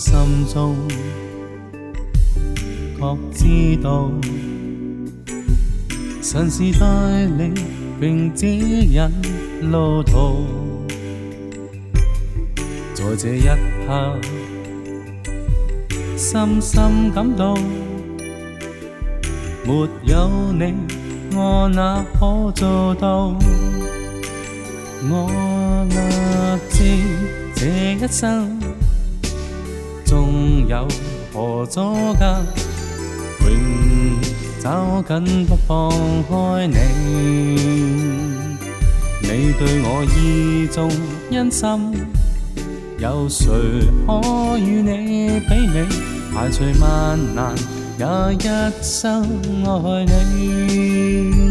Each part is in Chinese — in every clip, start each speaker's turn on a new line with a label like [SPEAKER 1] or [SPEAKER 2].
[SPEAKER 1] 心中確知道，神是帶領並指引路途。在這一刻，深深感到，沒有你，我哪可做到？我立志這一生，縱有何阻隔，永找緊不放開你。你對我意重殷深，有誰可與你媲美？排除萬難，也一生愛你。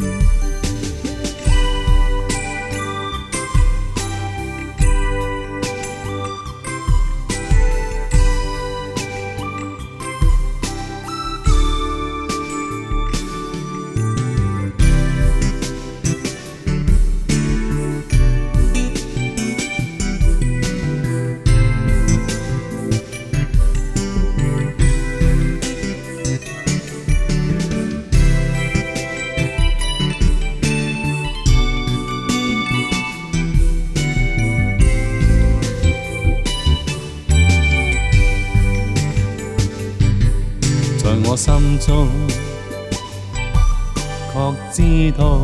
[SPEAKER 1] 在我心中確知道，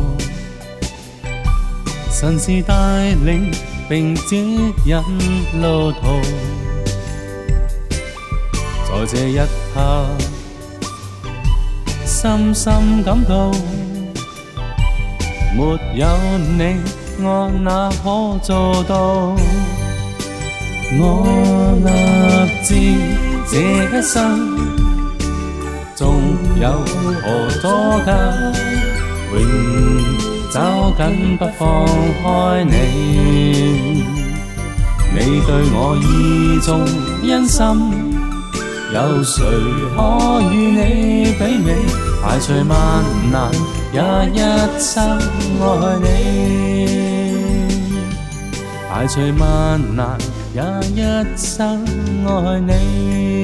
[SPEAKER 1] 神是帶領並指引路途。在這一刻，深深感到，沒有你，我哪可做到？我立志這一生，縱有何阻隔，永找緊不放開你。你對我意重殷深，有誰可與你媲美？排除萬難，也一生愛你。排除萬難，也一生愛你。